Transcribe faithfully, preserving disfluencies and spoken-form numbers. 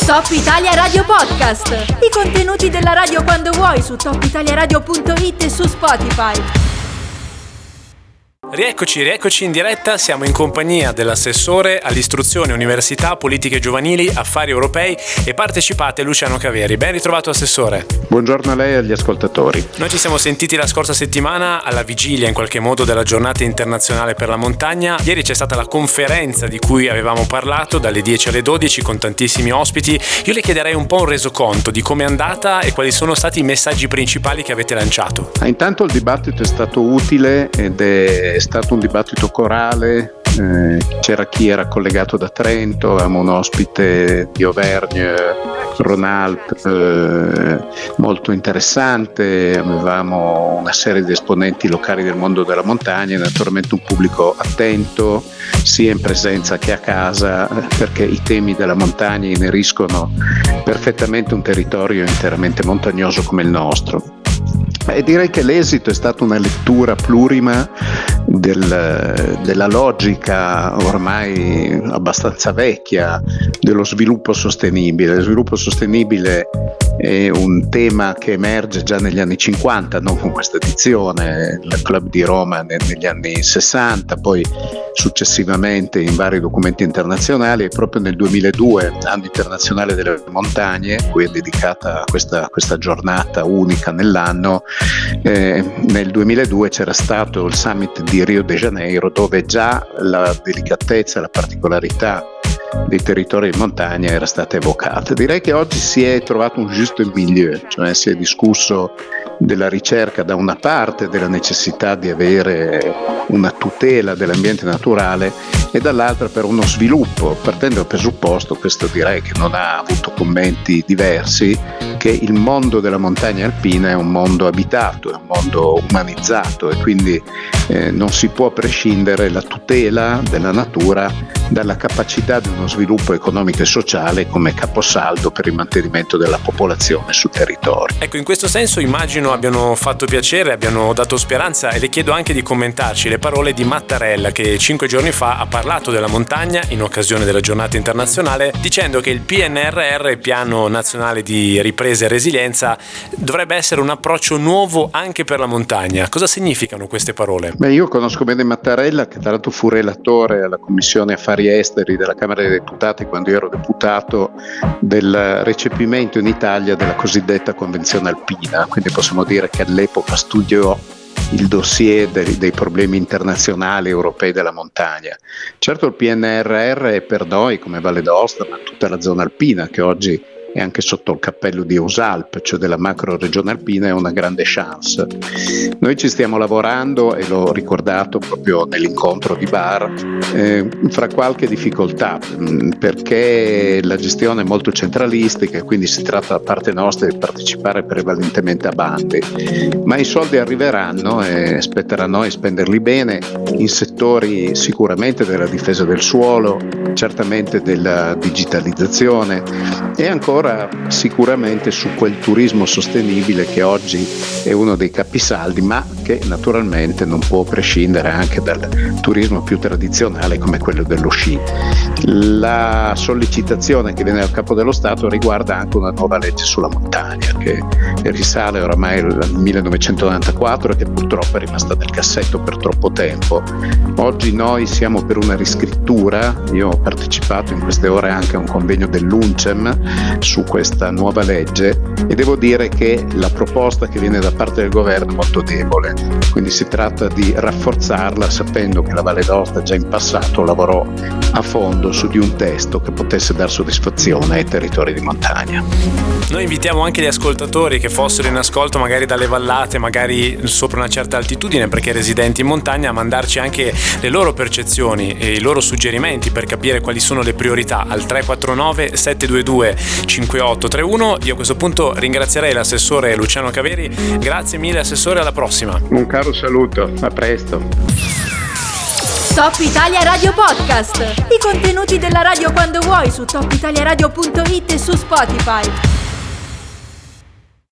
Top Italia Radio Podcast. I contenuti della radio quando vuoi su top italia radio punto it e su Spotify. Rieccoci, rieccoci in diretta, siamo in compagnia dell'assessore all'istruzione, università, politiche giovanili, affari europei e partecipate Luciano Caveri. Ben ritrovato assessore. Buongiorno a lei e agli ascoltatori. Noi ci siamo sentiti la scorsa settimana alla vigilia in qualche modo della giornata internazionale per la montagna. Ieri c'è stata la conferenza di cui avevamo parlato dalle dieci alle dodici con tantissimi ospiti. Io le chiederei un po' un resoconto di come è andata e quali sono stati i messaggi principali che avete lanciato. Ah, intanto il dibattito è stato utile ed è È stato un dibattito corale, eh, c'era chi era collegato da Trento, avevamo un ospite di Auvergne, Rhône-Alpes, eh, molto interessante, avevamo una serie di esponenti locali del mondo della montagna e naturalmente un pubblico attento sia in presenza che a casa, perché i temi della montagna ineriscono perfettamente un territorio interamente montagnoso come il nostro. E direi che l'esito è stata una lettura plurima del, della logica ormai abbastanza vecchia dello sviluppo sostenibile. Lo sviluppo sostenibile è un tema che emerge già negli anni cinquanta, non con questa edizione, il Club di Roma negli anni sessanta, poi successivamente in vari documenti internazionali, e proprio nel duemiladue, anno internazionale delle montagne, cui è dedicata questa, questa giornata unica nell'anno, eh, nel duemiladue c'era stato il summit di Rio de Janeiro, dove già la delicatezza, la particolarità dei territori di montagna era stata evocata. Direi che oggi si è trovato un giusto milieu, cioè si è discusso della ricerca da una parte della necessità di avere una tutela dell'ambiente naturale e dall'altra per uno sviluppo, partendo dal presupposto, questo direi che non ha avuto commenti diversi, che il mondo della montagna alpina è un mondo abitato, è un mondo umanizzato e quindi eh, non si può prescindere la tutela della natura dalla capacità di uno sviluppo economico e sociale come caposaldo per il mantenimento della popolazione sul territorio. Ecco, in questo senso immagino abbiano fatto piacere, abbiano dato speranza, e le chiedo anche di commentarci le parole di Mattarella, che cinque giorni fa ha parlato della montagna in occasione della giornata internazionale, dicendo che il P N R R, il Piano Nazionale di Ripresa e Resilienza, dovrebbe essere un approccio nuovo anche per la montagna. Cosa significano queste parole? Beh, io conosco bene Mattarella, che tra l'altro fu relatore alla Commissione Affari Esteri della Camera dei Deputati quando ero deputato, del recepimento in Italia della cosiddetta Convenzione Alpina, quindi possiamo dire che all'epoca studiò il dossier dei, dei problemi internazionali europei della montagna. Certo, il P N R R è per noi come Valle d'Aosta, ma tutta la zona alpina, che oggi è anche sotto il cappello di EUSALP, cioè della macro regione alpina, è una grande chance. Noi ci stiamo lavorando, e l'ho ricordato proprio nell'incontro di Bar, eh, fra qualche difficoltà, mh, perché la gestione è molto centralistica e quindi si tratta da parte nostra di partecipare prevalentemente a bandi, ma i soldi arriveranno e spetterà a noi spenderli bene in settori sicuramente della difesa del suolo, certamente della digitalizzazione e ancora sicuramente su quel turismo sostenibile che oggi è uno dei capisaldi, ma che naturalmente non può prescindere anche dal turismo più tradizionale come quello dello sci. La sollecitazione che viene dal Capo dello Stato riguarda anche una nuova legge sulla montagna che risale oramai al millenovecentonovantaquattro e che purtroppo è rimasta nel cassetto per troppo tempo. Oggi noi siamo per una riscrittura, io ho partecipato in queste ore anche a un convegno dell'UNCEM su questa nuova legge e devo dire che la proposta che viene da parte del governo è molto debole, quindi si tratta di rafforzarla, sapendo che la Valle d'Aosta già in passato lavorò a fondo su di un testo che potesse dar soddisfazione ai territori di montagna. Noi invitiamo anche gli ascoltatori che fossero in ascolto magari dalle vallate, magari sopra una certa altitudine perché residenti in montagna, a mandarci anche le loro percezioni e i loro suggerimenti per capire quali sono le priorità al tre quattro nove sette due due cinque otto tre uno. Io a questo punto ringrazierei l'assessore Luciano Caveri. Grazie mille assessore, alla prossima. Un caro saluto, a presto. Top Italia Radio Podcast. I contenuti della radio quando vuoi su top italia radio punto it e su Spotify.